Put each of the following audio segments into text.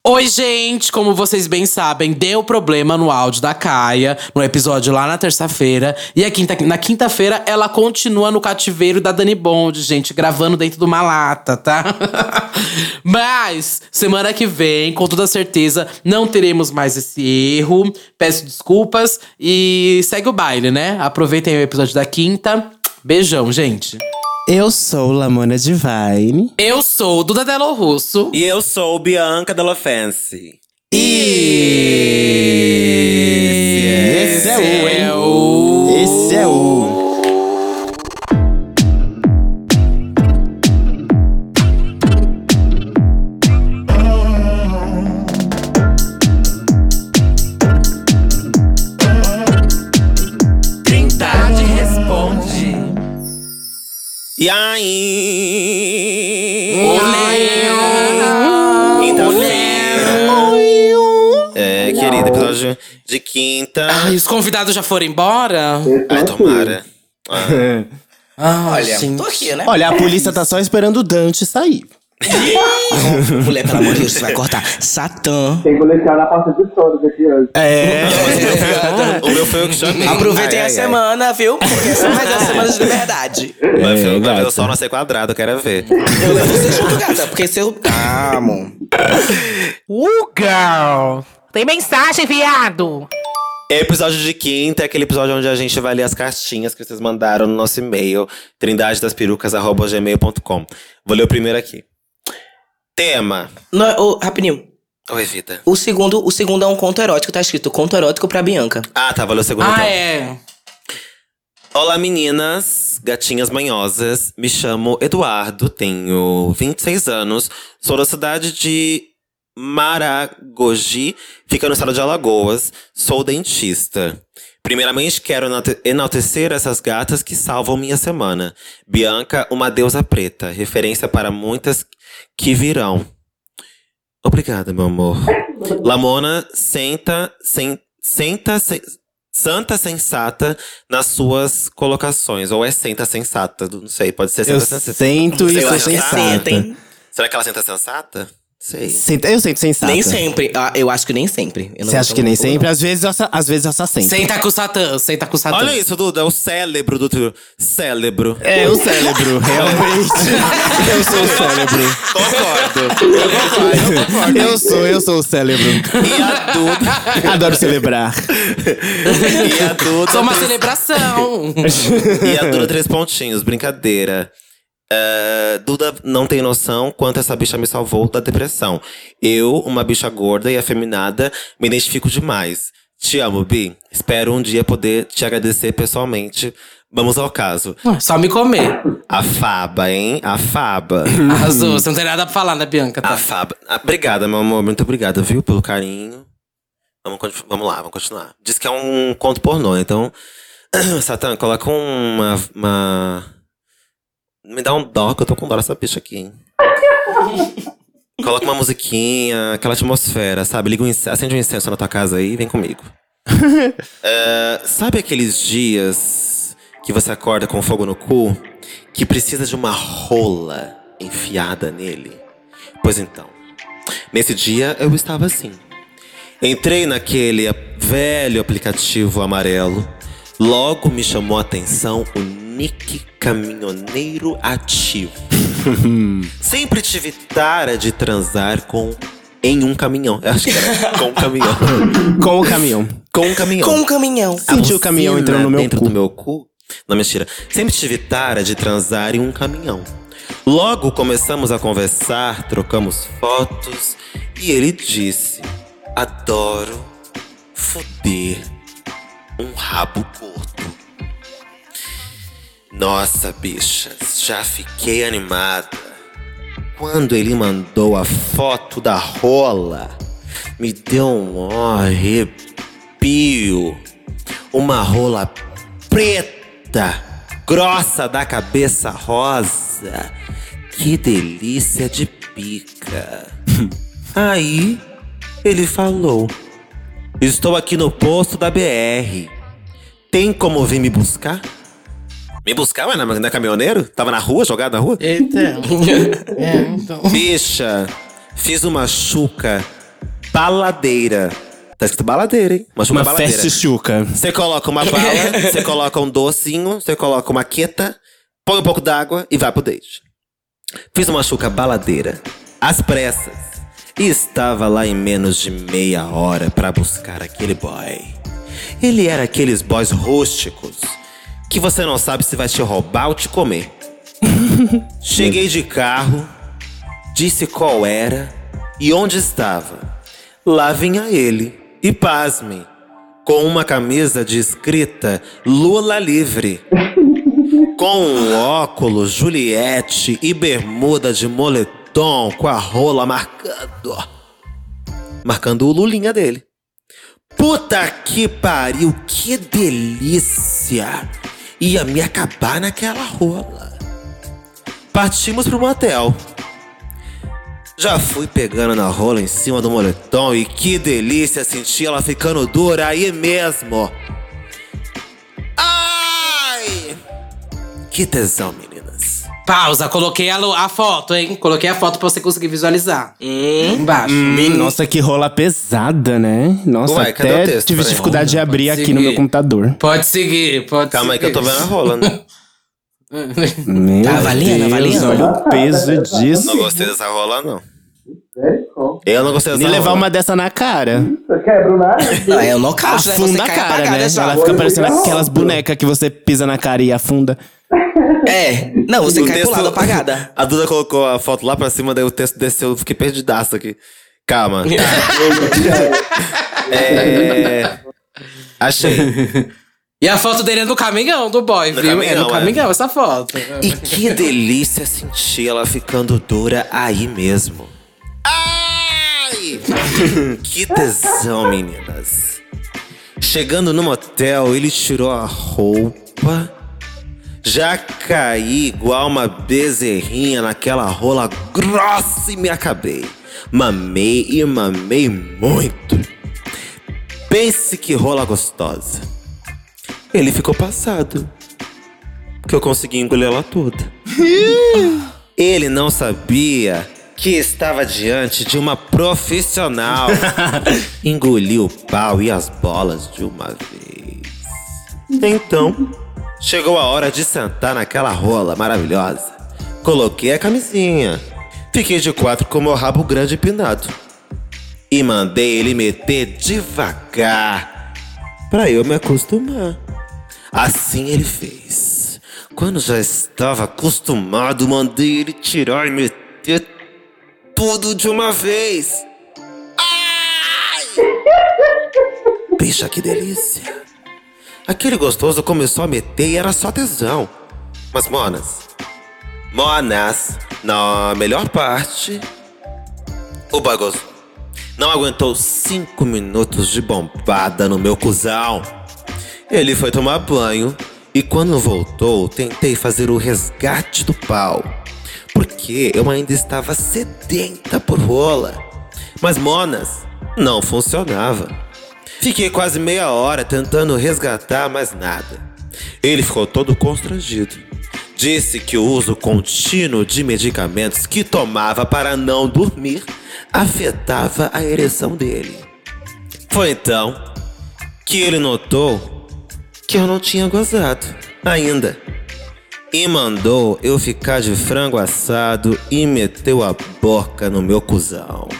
Oi, gente! Como vocês bem sabem, deu problema no áudio da Caia, no episódio lá na terça-feira. E na quinta-feira, ela continua no cativeiro da Dani Bond, gente, gravando dentro de uma lata, tá? Mas, semana que vem, com toda certeza, não teremos mais esse erro. Peço desculpas e segue o baile, né? Aproveitem o episódio da quinta. Beijão, gente! Eu sou Lamona Divine. Eu sou Duda Delo Russo. E eu sou Bianca Della Fancy. Esse é o. Esse é o. E aí? Querida, episódio de quinta. Ai, os convidados já foram embora? Ai, tomara. Olha, tô aqui, né? Olha, a polícia tá só esperando o Dante sair. Mulher, pelo amor de Deus, você vai cortar. Satã. Tem policial na porta de todos aqui hoje. O meu foi o que chamei. Aproveitem a semana, viu? Porque essa é mais a semana de liberdade. Mas foi gata. o sol nascer quadrado, eu quero ver. Eu levo você junto, gata. Porque se eu… Ah, amor. Girl! Tem mensagem, viado! Episódio de quinta é aquele episódio onde a gente vai ler as cartinhas que vocês mandaram no nosso e-mail, trindadedaspirucas@gmail.com. Vou ler o primeiro aqui. Tema. Rapidinho. Oi, vida. O segundo é um conto erótico. Tá escrito conto erótico pra Bianca. Ah, tá, valeu o segundo então. É. Olá, meninas, gatinhas manhosas. Me chamo Eduardo, tenho 26 anos. Sou da cidade de Maragogi, fica no estado de Alagoas. Sou dentista. Primeiramente, quero enaltecer essas gatas que salvam minha semana. Bianca, uma deusa preta. Referência para muitas que virão. Obrigada, meu amor. Lamona, santa sensata nas suas colocações. Ou é senta sensata, não sei, pode ser Eu senta sensata. sento e Eu sou acho que é sensata. senta, hein? Será que ela senta sensata? Sei. Eu sento sensata. Nem sempre. Eu acho que nem sempre. Eu não Você acha gosto que nem muito, sempre? não. Às vezes eu só sento. Senta com o Satã, senta com o Satã. Olha isso, Duda, é o cérebro do teu. Cérebro. É, o cérebro, realmente. Eu sou o cérebro. Concordo. Eu sou o cérebro. E a Duda. Adoro celebrar. E a Duda. Sou uma celebração. E a Duda 3 pontinhos, brincadeira. Duda não tem noção quanto essa bicha me salvou da depressão. Eu, uma bicha gorda e afeminada, me identifico demais. Te amo, Bi. Espero um dia poder te agradecer pessoalmente. Vamos ao caso. Só me comer. A Faba, hein? A Faba. Arrasou. Você não tem nada pra falar, né, Bianca? A Tá? Faba. Obrigada, meu amor. Muito obrigada, viu? Pelo carinho. Vamos lá, vamos continuar. Diz que é um conto pornô, então… Satã, coloca uma… Me dá um dó, que eu tô com dó dessa bicha aqui, hein? Coloca uma musiquinha, aquela atmosfera, sabe? Acende um incenso na tua casa aí e vem comigo. Sabe aqueles dias que você acorda com fogo no cu? Que precisa de uma rola enfiada nele? Pois então, nesse dia eu estava assim. Entrei naquele velho aplicativo amarelo. Logo me chamou a atenção o nick caminhoneiro ativo. Sempre tive tara de transar em um caminhão. Eu acho que era com um caminhão. Com o caminhão. Com um caminhão. Com um caminhão. Senti o caminhão entrando no meu dentro cu. do meu cu? Não, mentira. Sempre tive tara de transar em um caminhão. Logo começamos a conversar, trocamos fotos. E ele disse: adoro foder um rabo curto. Nossa, bichas, já fiquei animada. Quando ele mandou a foto da rola, me deu um arrepio. Uma rola preta, grossa da cabeça rosa. Que delícia de pica. Aí, ele falou: estou aqui no posto da BR. Tem como vir me buscar? Me buscar? Ué, não é caminhoneiro? Tava na rua, jogado na rua? Então. Então. Bicha, fiz uma chuca baladeira. Tá escrito baladeira, hein? Uma baladeira. festa chuca. Você coloca uma bala, você coloca um docinho, você coloca uma queta, põe um pouco d'água e vai pro date. Fiz uma chuca baladeira, às pressas. E estava lá em menos de meia hora pra buscar aquele boy. Ele era aqueles boys rústicos que você não sabe se vai te roubar ou te comer. Cheguei de carro, disse qual era e onde estava. Lá vinha ele, e pasme, com uma camisa de escrita Lula livre, com um óculos Juliette e bermuda de moletom com a rola marcando o lulinha dele. Puta que pariu, que delícia! Ia me acabar naquela rola. Partimos pro motel. Já fui pegando na rola em cima do moletom e que delícia sentir ela ficando dura aí mesmo. Ai! Que tesão, meninas. Pausa, coloquei a foto, hein? Coloquei a foto pra você conseguir visualizar. Embaixo. Nossa, que rola pesada, né? Nossa, Ué, cadê o até texto? tive Peraí. dificuldade de abrir aqui seguir. no meu computador. Pode seguir, pode Calma aí que eu seguir. tô vendo a rola, né? Meu Tá avaliando, Deus, avaliando. olha o peso disso. Não gostei dessa rola, não. Sério? Eu não gostei dessa Nem rola. levar uma dessa na cara. Você quebra o nariz? Não, é o nocaute, né? Você Afunda a cai cara, apagada né? já. Ela fica parecendo aquelas bonecas que você pisa na cara e afunda. É. Não, você O cai pro texto- lado apagada. A Duda colocou a foto lá pra cima, daí o texto desceu, eu fiquei perdidaço aqui. Calma. Achei. E a foto dele é no caminhão do boy, No viu? caminhão, é no caminhão essa foto. E que delícia sentir ela ficando dura aí mesmo. Ai! Que tesão, meninas. Chegando no motel, ele tirou a roupa. Já caí igual uma bezerrinha naquela rola grossa e me acabei. Mamei e mamei muito. Pense que rola gostosa. Ele ficou passado, porque eu consegui engolir ela toda. Ele não sabia que estava diante de uma profissional. Engoliu o pau e as bolas de uma vez. Então, chegou a hora de sentar naquela rola maravilhosa. Coloquei a camisinha. Fiquei de quatro com meu rabo grande empinado. E mandei ele meter devagar, pra eu me acostumar. Assim ele fez. Quando já estava acostumado, mandei ele tirar e meter tudo de uma vez. Ai! Bicha, que delícia. Aquele gostoso começou a meter e era só tesão. Mas monas, na melhor parte, o bagoso não aguentou 5 minutos de bombada no meu cuzão. Ele foi tomar banho e quando voltou, tentei fazer o resgate do pau, porque eu ainda estava sedenta por rola. Mas monas, não funcionava. Fiquei quase meia hora tentando resgatar, mas nada. Ele ficou todo constrangido. Disse que o uso contínuo de medicamentos que tomava para não dormir afetava a ereção dele. Foi então que ele notou que eu não tinha gozado ainda e mandou eu ficar de frango assado e meteu a boca no meu cuzão.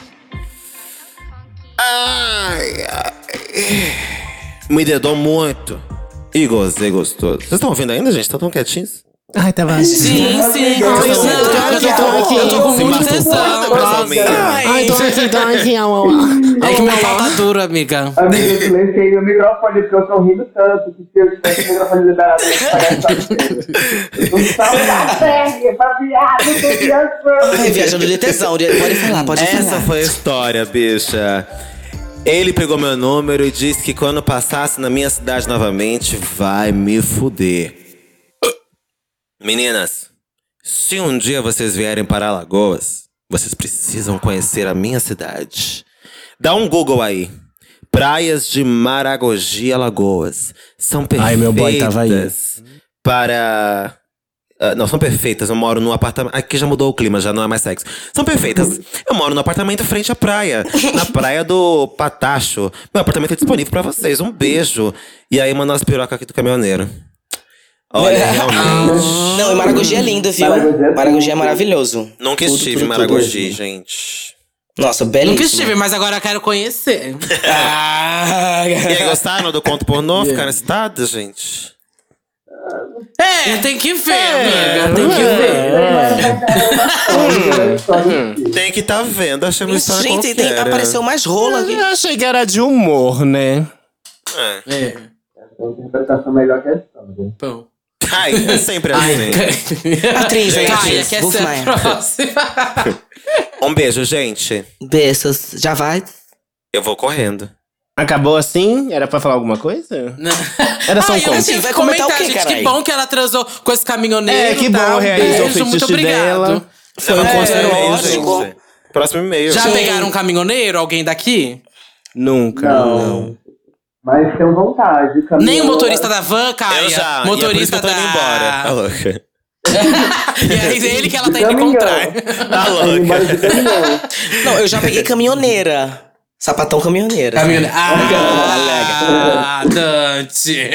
Ai, ai. Me dedou muito e gozei gostoso. Vocês estão ouvindo ainda, gente? Estão tão quietinhos? Ai, tava... Sim, sim. Não, Eu tô com Se muito masturbando, tesão. pessoal minha. Ai, tô aqui, É que meu pau tá duro, amiga. Amiga, eu silenciei meu microfone porque eu tô rindo tanto que se eu tivesse o microfone liberado, eu ia pagar essa coisa. O sal da pele, pra viado, tô viajando. Ai, viajando de tesão. Pode falar, pode falar. Essa foi a história, bicha. Ele pegou meu número e disse que quando passasse na minha cidade novamente, vai me fuder. Meninas, se um dia vocês vierem para Alagoas, vocês precisam conhecer a minha cidade. Dá um Google aí. Praias de Maragogi, Alagoas. São perfeitas Ai, meu boy tava aí. para Não, são perfeitas. Eu moro num apartamento. Aqui já mudou o clima, já não é mais sexo. São perfeitas. Eu moro num apartamento frente à praia. Na praia do Patacho. Meu apartamento é disponível pra vocês. Um beijo. E aí, mano, as pirocas aqui do caminhoneiro. Olha, realmente. Não, e Maragogi é lindo, viu? Maragogi é maravilhoso. Nunca Tudo, estive tudo, em Maragogi, tudo. gente. Nossa, belíssimo. Nunca estive, mas agora eu quero conhecer. E aí, gostaram do conto pornô? Ficaram excitadas, gente? Tem que ver, amiga. Tem que ver. Tem que tá vendo. Achei uma história Gente, qualquer. apareceu mais rola aqui. Eu achei que era de humor, né? É. Uma interpretação melhor que a história. Bom. Ai, é sempre assim. Atriz, Caia, atriz. quer Wolf ser a Maia. próxima? Um beijo, gente. Beijos. Já vai? Eu vou correndo. Acabou assim? Era pra falar alguma coisa? Era só um eu conto. tinha que Vai comentar o quê, gente? caralho? Que bom que ela transou com esse caminhoneiro. É, que tá? bom, realizou o Beijo, muito fetiche obrigado. dela. Foi um Próximo conselho e-mail, ótimo. gente. Próximo e-mail. Já Sim. pegaram um caminhoneiro? Alguém daqui? Nunca. Não. Mas tenho vontade. Nem o motorista da van, Caia. Eu já. Motorista e é por isso que eu tô indo embora. Tá louca. E é ele que ela tá indo encontrar. Tá louca. Não, eu já peguei caminhoneira. Sapatão caminhoneira. Caminhoneiro. Dante.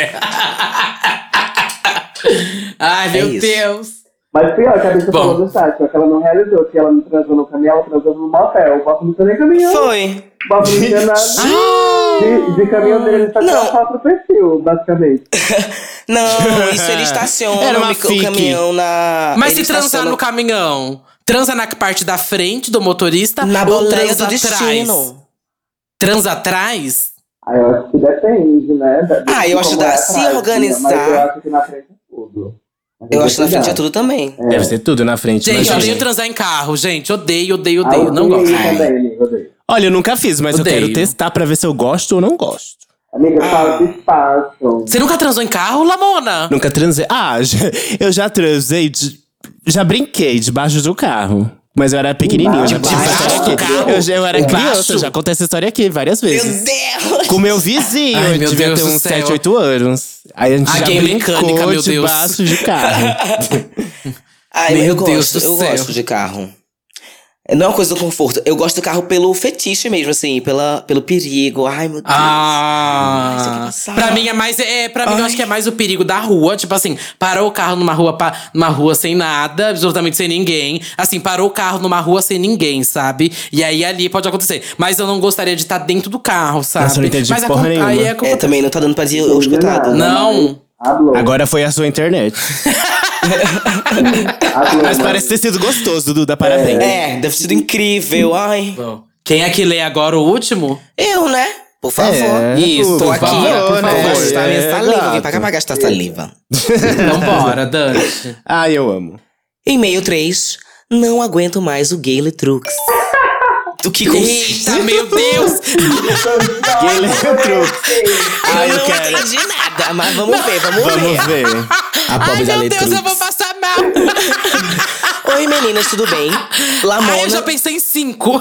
Ai, meu isso. Deus. Mas pior, que a bicha Bom. falou do site, só que ela não realizou, que ela não transou no caminhão, ela transou no motel. O Bob não tinha nem caminhão. Foi. O Bob não tinha nada de caminhoneiro, ele só tinha Não. foto no perfil, basicamente. Não, isso ele estaciona Era uma o fique. caminhão na... Mas ele se transar estaciona no caminhão, transa na parte da frente do motorista na ou boleia transa do atrás? destino. Transa atrás? Aí eu acho que depende, né? Eu acho que dá. Se atrás, organizar- Mas eu acho que na frente é tudo. Mas Eu acho que na frente é cuidado. tudo também. Deve ser tudo na frente. Gente, eu imagina. odeio transar em carro, gente. Odeio. Ah, eu Não gosto. também, amiga, odeio. Olha, eu nunca fiz, mas Odeio. eu quero testar pra ver se eu gosto ou não gosto. Amiga, fala de espaço. Você nunca transou em carro, Lamona? Nunca transei. Eu já transei, já brinquei debaixo do carro. Mas eu era pequenininho, eu já contei essa Debaixo história do aqui. carro? Eu era Debaixo? criança, eu já contei essa história aqui várias vezes. Deus! Com meu vizinho, Ai, eu meu devia Deus ter do uns céu. 7, 8 anos. Aí a gente já game brincou mecânica, meu Deus. debaixo de carro. Ai, Meu eu Deus gosto, do eu céu. gosto de carro. Não é uma coisa do conforto. Eu gosto do carro pelo fetiche mesmo, assim, pelo perigo. Ai, meu Deus. Ai, isso aqui passar. Pra mim é mais. Pra mim, eu acho que é mais o perigo da rua. Tipo assim, parou o carro numa rua sem nada, absolutamente sem ninguém. Assim, parou o carro numa rua sem ninguém, sabe? E aí ali pode acontecer. Mas eu não gostaria de estar dentro do carro, sabe? Nossa, eu não entendi Mas porra nenhuma. aí É, também não tá dando pra dizer eu escutado. Não. Hablou. Agora foi a sua internet. Mas parece ter sido gostoso, Duda, parabéns. É, deve ter sido incrível. Ai. Bom, quem é que lê agora o último? Eu, né? Por favor. Isso, Tô por aqui, favor, ó, por pra favor. gastar minha saliva. Vim pra cá exato. pra gastar saliva. Então bora, Dante. Eu amo. E-mail 3. Não aguento mais o Gay Letrux. Do que Eita, meu Deus! Quem lembra? Eu não quero. entendi nada, mas vamos ver. Vamos ver. A Ai, pobre da meu Deus, Letrux. eu vou passar mal. Oi, meninas, tudo bem? Lamona. Ai, eu já pensei em 5.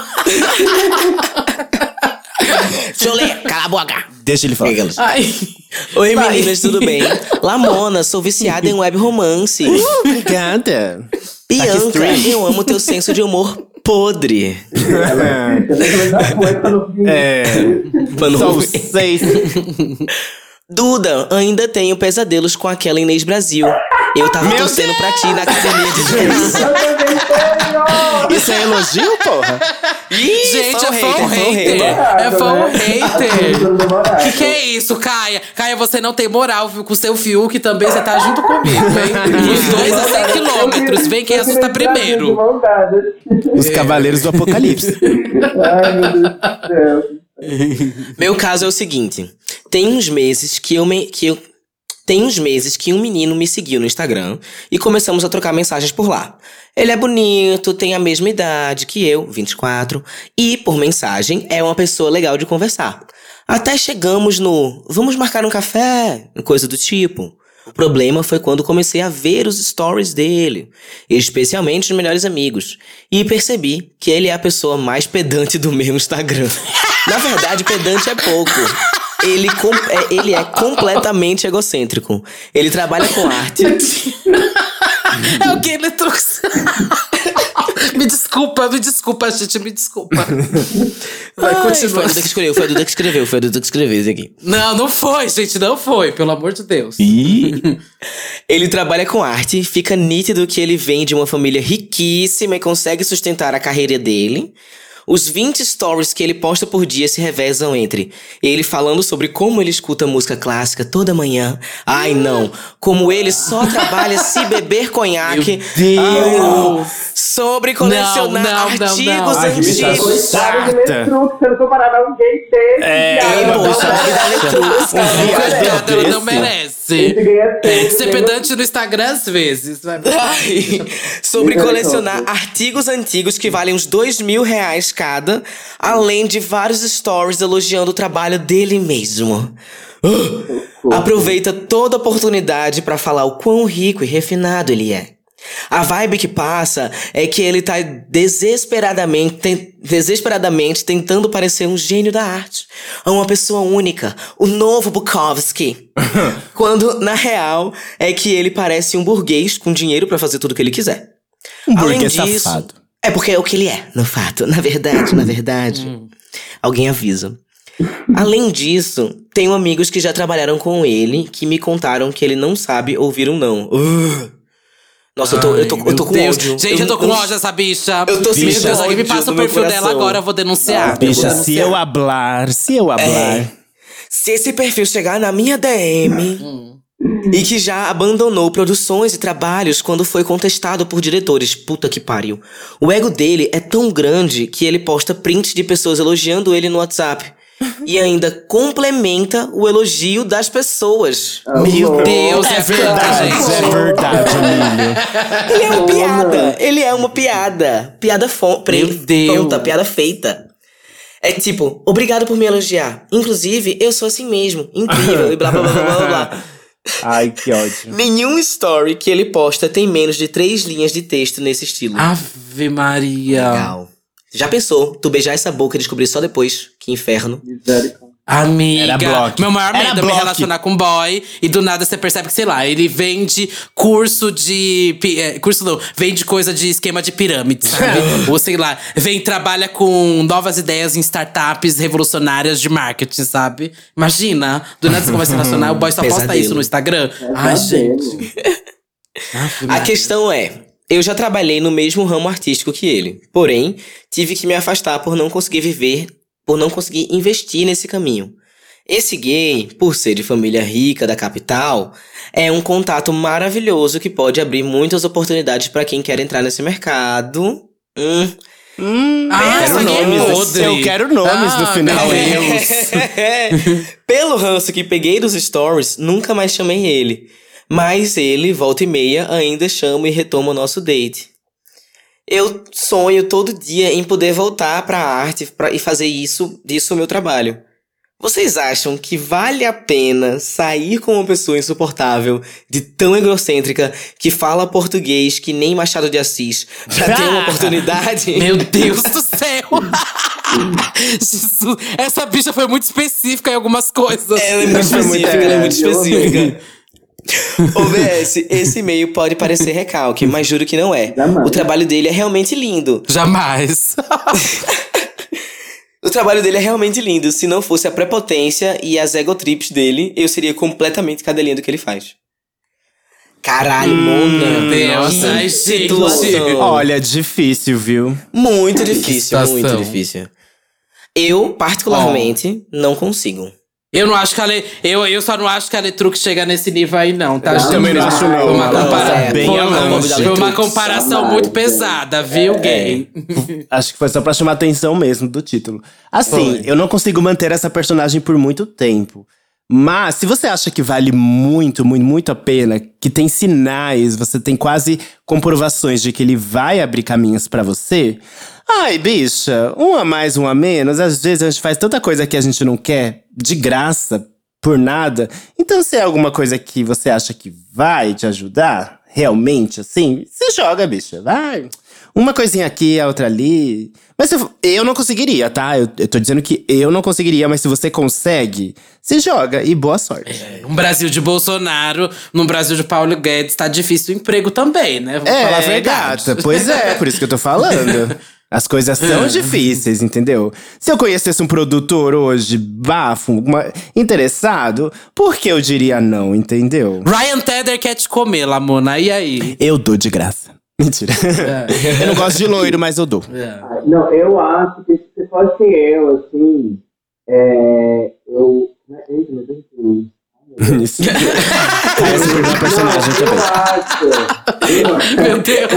Deixa eu ler. Cala a boca. Deixa ele falar. Ai. Oi, meninas, tudo bem? Lamona, sou viciada em web romance. Obrigada. Bianca, estranho. eu amo teu senso de humor podre. São 6. Duda, ainda tenho pesadelos com aquela Inês Brasil. Eu tava Meu torcendo pra ti na academia de dança. Isso é elogio, porra? Gente, é fã hater. É fã hater. Que é isso, Caia? Caia, você não tem moral, viu? Com o seu Fiuk também, você tá junto comigo, hein? Os dois a 100 quilômetros. Vem quem assusta primeiro. Os Cavaleiros do Apocalipse. Ai, meu Deus do céu. Meu caso é o seguinte. Tem uns meses que um menino me seguiu no Instagram e começamos a trocar mensagens por lá. Ele é bonito, tem a mesma idade que eu, 24, e, por mensagem, é uma pessoa legal de conversar. Até chegamos no vamos marcar um café, coisa do tipo. O problema foi quando comecei a ver os stories dele, especialmente os melhores amigos, e percebi que ele é a pessoa mais pedante do meu Instagram. Na verdade, pedante é pouco. Ele é completamente egocêntrico. Ele trabalha com arte. É o Gay Letrux. Me desculpa, gente, me desculpa. Vai, Ai, continua. foi a Duda que escolheu, foi a Duda que escreveu isso aqui. Não foi, gente, não foi, pelo amor de Deus. Ih, Ele trabalha com arte, fica nítido que ele vem de uma família riquíssima e consegue sustentar a carreira dele. Os 20 stories que ele posta por dia se revezam entre ele falando sobre como ele escuta música clássica toda manhã. Ai, não. Como ele só trabalha se beber conhaque. Ai, não. Sobre colecionar Não. artigos Ai, que bicha antigos. Sabe que chata. Letrux, você não comparava a um gay desse. É, viado. uma Pô, bicha sabe da Letrux, cara. Coitada, ela não desse. merece. Esse ganha sempre, Ser né? pedante no Instagram às vezes. Ai, sobre Misericórdia. colecionar artigos antigos que valem uns R$ 2.000 cada, além de vários stories elogiando o trabalho dele mesmo. Aproveita toda oportunidade pra falar o quão rico e refinado ele é. A vibe que passa é que ele tá desesperadamente tentando parecer um gênio da arte, uma pessoa única, o novo Bukowski. Quando, na real, é que ele parece um burguês com dinheiro pra fazer tudo o que ele quiser. um burguês safado. É porque é o que ele é, no fato. Na verdade. Alguém avisa. Além disso, tenho amigos que já trabalharam com ele que me contaram que ele não sabe ouvir um não. Nossa, eu tô Meu com Deus. ódio. Gente, eu tô com ódio dessa bicha. Eu tô Meu sentindo Deus, alguém me ódio passa o no meu perfil dela coração. agora, eu vou denunciar. Bicha, Eu vou se eu hablar. Se esse perfil chegar na minha DM e que já abandonou produções e trabalhos quando foi contestado por diretores, puta que pariu. O ego dele é tão grande que ele posta prints de pessoas elogiando ele no WhatsApp. E ainda complementa o elogio das pessoas. Meu Deus, é verdade. É verdade, Emílio. Ele é uma piada. Ele é uma piada. Piada Meu Deus. pronta, piada feita. É tipo, obrigado por me elogiar. Inclusive, eu sou assim mesmo. Incrível. E blá blá blá blá blá blá. Ai, que ódio. Nenhum story que ele posta tem menos de 3 linhas de texto nesse estilo. Ave Maria. Legal. Já pensou, tu beijar essa boca e descobrir só depois? Que inferno. Misericórdia. Amiga, Era bloco. meu maior Era medo é me bloco. relacionar com um boy e do nada você percebe que, sei lá, ele vende curso de. Curso não, vende coisa de esquema de pirâmide, sabe? Ou sei lá, trabalha com novas ideias em startups revolucionárias de marketing, sabe? Imagina, do nada você começa a relacionar, o boy só posta Pesadelo. isso no Instagram. Ai, gente. A questão é, eu já trabalhei no mesmo ramo artístico que ele. Porém, tive que me afastar por não conseguir investir nesse caminho. Esse gay, por ser de família rica da capital, é um contato maravilhoso que pode abrir muitas oportunidades pra quem quer entrar nesse mercado. Essa gay é podre. Eu quero nomes no final. Meu Deus. Pelo ranço que peguei dos stories, nunca mais chamei ele. Mas ele, volta e meia, ainda chama e retoma o nosso date. Eu sonho todo dia em poder voltar pra arte e fazer disso o meu trabalho. Vocês acham que vale a pena sair com uma pessoa insuportável, de tão egocêntrica, que fala português que nem Machado de Assis, pra ter uma oportunidade? Meu Deus do céu! Jesus, essa bicha foi muito específica em algumas coisas. Ela é muito específica, ela é muito específica. OBS, esse e-mail pode parecer recalque, mas juro que não é. Jamais. O trabalho dele é realmente lindo. Jamais. O trabalho dele é realmente lindo. Se não fosse a prepotência e as egotrips dele, eu seria completamente cadelinha do que ele faz. Caralho, Mona. Meu Deus, Que ai, gente. situação. Olha, difícil, viu? Muito difícil, situação. muito difícil. Eu, particularmente, não consigo. Eu não acho que eu só não acho que a Letrux chega nesse nível aí, não, tá? Não, também não acho, não. Foi uma, Ela tá bem longe da foi uma Letrux. comparação Jamais, muito gente. pesada, viu, gay? Acho que foi só pra chamar atenção mesmo do título. Assim, Foi. eu não consigo manter essa personagem por muito tempo. Mas, se você acha que vale muito, muito, muito a pena, que tem sinais, você tem quase comprovações de que ele vai abrir caminhos pra você… Ai, bicha, um a mais, um a menos. Às vezes a gente faz tanta coisa que a gente não quer, de graça, por nada. Então, se é alguma coisa que você acha que vai te ajudar, realmente, assim, se joga, bicha, vai. Uma coisinha aqui, a outra ali. Mas eu não conseguiria, tá? Eu tô dizendo que eu não conseguiria, mas se você consegue, se joga e boa sorte. No Brasil de Bolsonaro, no Brasil de Paulo Guedes, tá difícil o emprego também, né? Vamos falar a verdade. gata. Pois é, por isso que eu tô falando. As coisas são difíceis, entendeu? Se eu conhecesse um produtor hoje, bafo, interessado, por que eu diria não, entendeu? Ryan Tedder quer te comer, Lamona, e aí? Eu dou de graça. Mentira. Eu não gosto de loiro, mas eu dou. Não, eu acho que se fosse eu, assim, eu... Eita, meu Deus do céu. Isso. Essa foi uma personagem também. Meu Deus.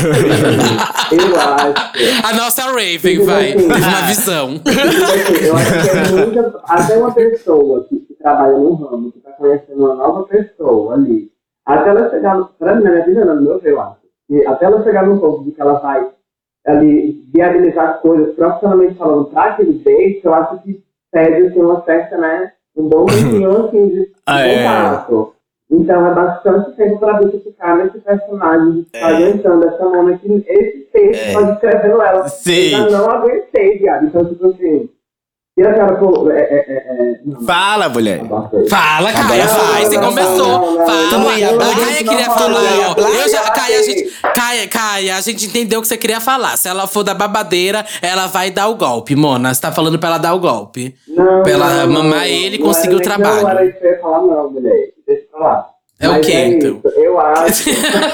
Eu acho. A nossa Raven, vai. Assim, Teve uma visão. Eu acho que é muita. Até uma pessoa que trabalha no ramo, que tá conhecendo uma nova pessoa ali, até ela chegar. Pra mim, na minha vida, no meu ver, eu acho. E até ela chegar num ponto de que ela vai ali viabilizar coisas profissionalmente falando pra aquele date, eu acho que pede assim, uma certa, né? Um bom tempinho assim de contato. Então é bastante tempo pra você ficar nesse personagem, de ficar aguentando essa mona que esse texto pode escrevendo ela. Sim. Eu não aguentei, viado. Então, tipo assim. E a cara, pô. Fala, mulher. Fala, Caia, vai. Você começou. Fala. A Caia queria falar, ó. Eu já, Caia, a gente entendeu o que você queria falar. Se ela for da babadeira, ela vai dar o golpe, Mona. Você tá falando pra ela dar o golpe. Não, pra ela mamar ele e conseguir o trabalho. Não era isso que eu ia falar, não, mulher. Deixa eu falar. É o quê, então? Eu acho.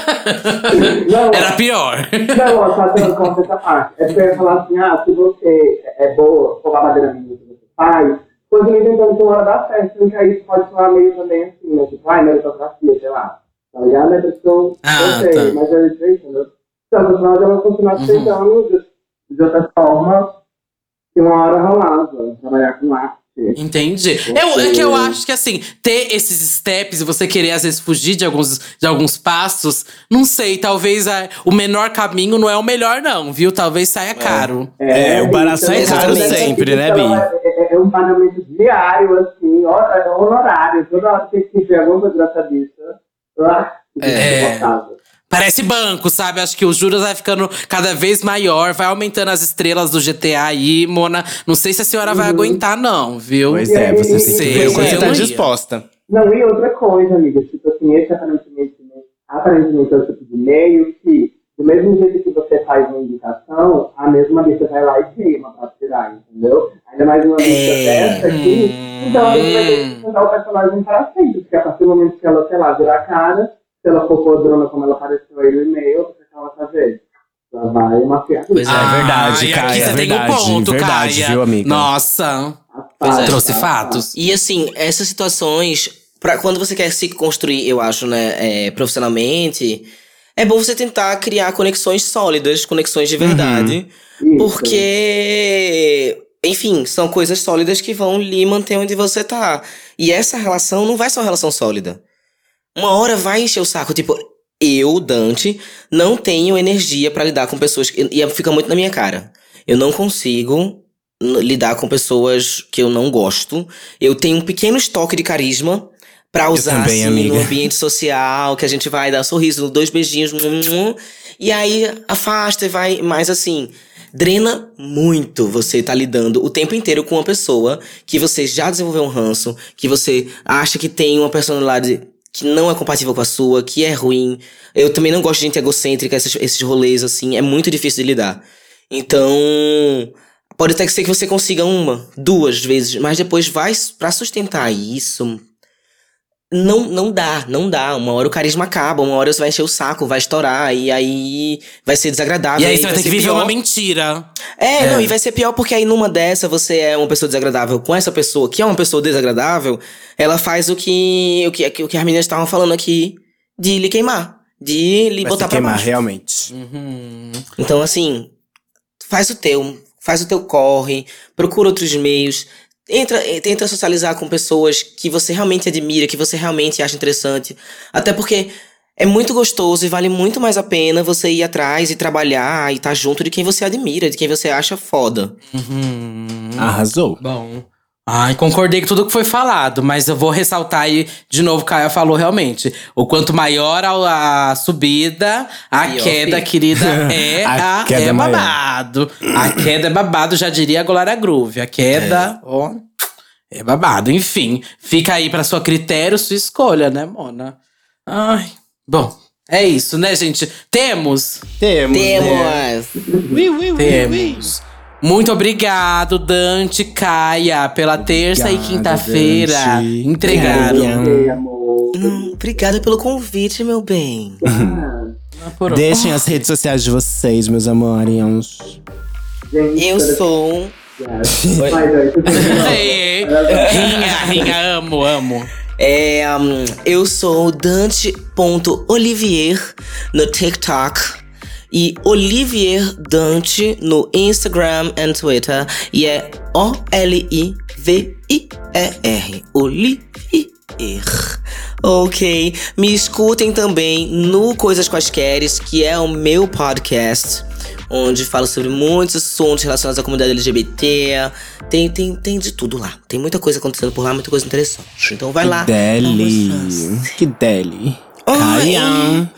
Não, era pior. Não, ó, só tem conta essa parte. É porque eu ia falar assim, se você é boa, for babadeira minha que você faz, continue tentando que uma hora dá certo, porque aí isso pode soar meio também assim, né? Tipo, meritocracia, sei lá. Tá ligado? É pessoa, eu sei, tá. mas é isso aí, entendeu? Então, no final ela continuar tentando de outra forma, que uma hora rolava, trabalhar com arte. Entendi. É que eu acho que, assim, ter esses steps e você querer, às vezes, fugir de alguns passos, não sei, talvez o menor caminho não é o melhor, não, viu? Talvez saia caro. O barato sai caro sempre, né, Bi? É um pagamento diário, assim, honorário. Toda hora tem que ver alguma coisa dessa bicha. Parece banco, sabe? Acho que os juros vai ficando cada vez maior, vai aumentando as estrelas do GTA aí, Mona. Não sei se a senhora vai aguentar, não, viu? Pois é, você tem que ver o quanto você tá disposta. Não, e outra coisa, amiga, tipo assim, esse aparentemente é o tipo de meio que, do mesmo jeito que você faz uma indicação, a mesma bicha vai lá e queima pra tirar, entendeu? Ainda mais uma bicha dessa aqui, então a gente vai ter que usar o personagem para sempre, porque a partir do momento que ela, sei lá, virar a cara, se ela for podrona como ela apareceu aí no e-mail, o que ela vai fazer? Ela vai mafiar. Pois é verdade, Caia, aqui você tem um ponto, verdade, Caia. viu, amiga? Nossa, trouxe fatos. E assim, essas situações, quando você quer se construir, eu acho, né, profissionalmente, é bom você tentar criar conexões sólidas, conexões de verdade. Porque, enfim, são coisas sólidas que vão lhe manter onde você tá. E essa relação não vai ser uma relação sólida. Uma hora vai encher o saco, tipo, eu, Dante, não tenho energia pra lidar com pessoas e fica muito na minha cara. Eu não consigo lidar com pessoas que eu não gosto. Eu tenho um pequeno estoque de carisma pra usar também, assim, amiga. no ambiente social, que a gente vai dar sorriso, 2 beijinhos, e aí afasta e vai, mas assim, drena muito você tá lidando o tempo inteiro com uma pessoa que você já desenvolveu um ranço, que você acha que tem uma personalidade que não é compatível com a sua, que é ruim. Eu também não gosto de gente egocêntrica, esses rolês, assim, é muito difícil de lidar. Então, pode até ser que você consiga 1, 2 vezes, mas depois vai pra sustentar isso. Não dá. Uma hora o carisma acaba, uma hora você vai encher o saco, vai estourar, e aí vai ser desagradável. E aí você vai ter que viver pior. uma mentira. Não, e vai ser pior porque aí numa dessa você é uma pessoa desagradável com essa pessoa que é uma pessoa desagradável, ela faz o que as meninas estavam falando aqui, de lhe queimar, de lhe botar pra baixo. Realmente. Então, assim, faz o teu corre, procura outros meios. Tenta socializar com pessoas que você realmente admira, que você realmente acha interessante. Até porque é muito gostoso e vale muito mais a pena você ir atrás e trabalhar e estar junto de quem você admira, de quem você acha foda. Arrasou. Bom. Ai, concordei com tudo que foi falado, mas eu vou ressaltar aí, de novo, o Caio falou realmente. O quanto maior a subida, a queda, querida, A queda é maior. babado. A queda é babado, já diria a Glória Groove. A queda, ó, é babado. Enfim, fica aí pra seu critério, sua escolha, né, Mona? Ai, bom, é isso, né, gente? Temos. Temos. Temos. Muito obrigado, Dante, Caia, pela terça e quinta-feira. Dante. Entregaram. Ok, amor. Obrigada pelo convite, meu bem. Deixem as redes sociais de vocês, meus amores. Gente, Eu sou. Rinha, amo. Eu sou Dante.Olivier no TikTok. E Olivier Dante no Instagram e Twitter. E é Olivier. Olivier. Ok. Me escutem também no Coisas Quaisqueres, que é o meu podcast, onde falo sobre muitos assuntos relacionados à comunidade LGBT. Tem de tudo lá. Tem muita coisa acontecendo por lá, muita coisa interessante. Então vai lá. Que deli. Caia.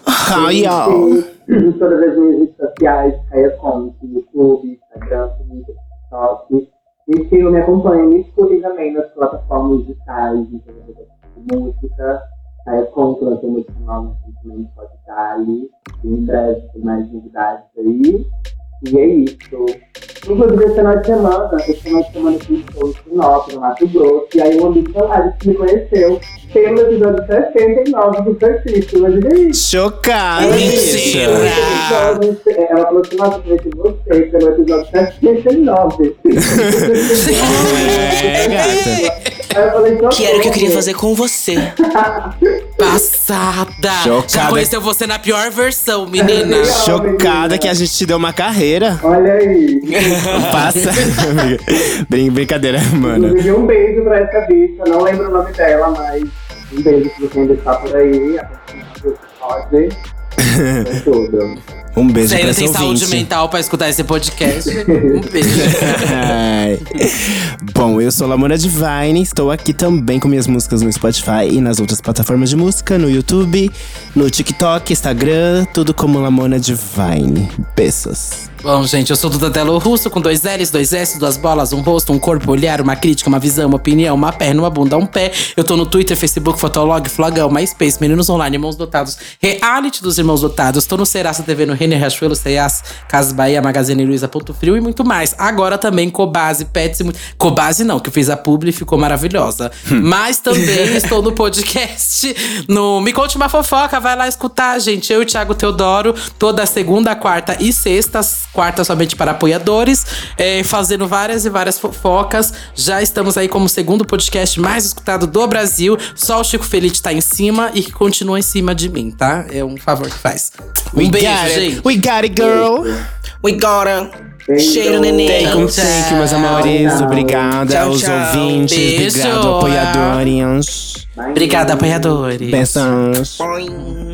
Em todas as minhas redes sociais, Caia Conte, YouTube, Instagram, Twitter, TikTok. Me sigam, me acompanhem, me escutem também nas plataformas digitais, de música. Caia Conte, vai ter música nova recentemente, Spotify. E em breve tem mais novidades aí. E é isso. Inclusive, esse final de semana eu fui em Sinop, no Mato Grosso. E aí, um amigo da live que me conheceu pelo episódio 69 do Perfil. Imagina isso. Chocada. Ela falou assim: nossa, eu conheci você pelo episódio 69. Gata. Aí eu falei: Que era o que eu queria fazer com você. Passada. Chocada. Já conheceu você na pior versão, menina. Chocada que a gente te deu uma carreira. Olha aí. Passa. Brincadeira, mano. Inclusive, um beijo pra essa bicha. Não lembro o nome dela, mas um beijo se você ainda está por aí. A gente pode. É tudo. Um beijo Você pra ainda esse tem saúde ouvinte. mental pra escutar esse podcast? Um beijo. Ai. Bom, eu sou Lamona Divine, estou aqui também com minhas músicas no Spotify e nas outras plataformas de música, no YouTube, no TikTok, Instagram, tudo como Lamona Divine. Beijos. Bom, gente, eu sou Duda Delo Russo, com 2 L's, 2 S, 2 bolas, um rosto, um corpo, olhar, uma crítica, uma visão, uma opinião, uma perna, uma bunda, um pé. Eu tô no Twitter, Facebook, Fotolog, Flogão, MySpace, Meninos Online, Irmãos Dotados, Reality dos Irmãos Dotados. Tô no Serasa TV, no Renner, Riachuelo, Ceias, Casas Bahia, Magazine Luiza, Ponto Frio e muito mais. Agora também Cobase, Pets e muito… Cobase não, que eu fiz a publi e ficou maravilhosa. Mas também estou no podcast, no Me Conte Uma Fofoca. Vai lá escutar, gente. Eu e o Thiago Teodoro, toda segunda, quarta e sextas. Quarta somente para apoiadores, fazendo várias e várias fofocas. Já estamos aí como o segundo podcast mais escutado do Brasil. Só o Chico Feliz tá em cima e que continua em cima de mim, tá? É um favor que faz. Um beijo, gente. We got it, girl. We gotta. Cheiro, neném. Thank you, meus amores. Obrigada Tchau, aos tchau. ouvintes. Beijo. Obrigado, apoiadores. Obrigada, apoiadores. Beijos. Boing.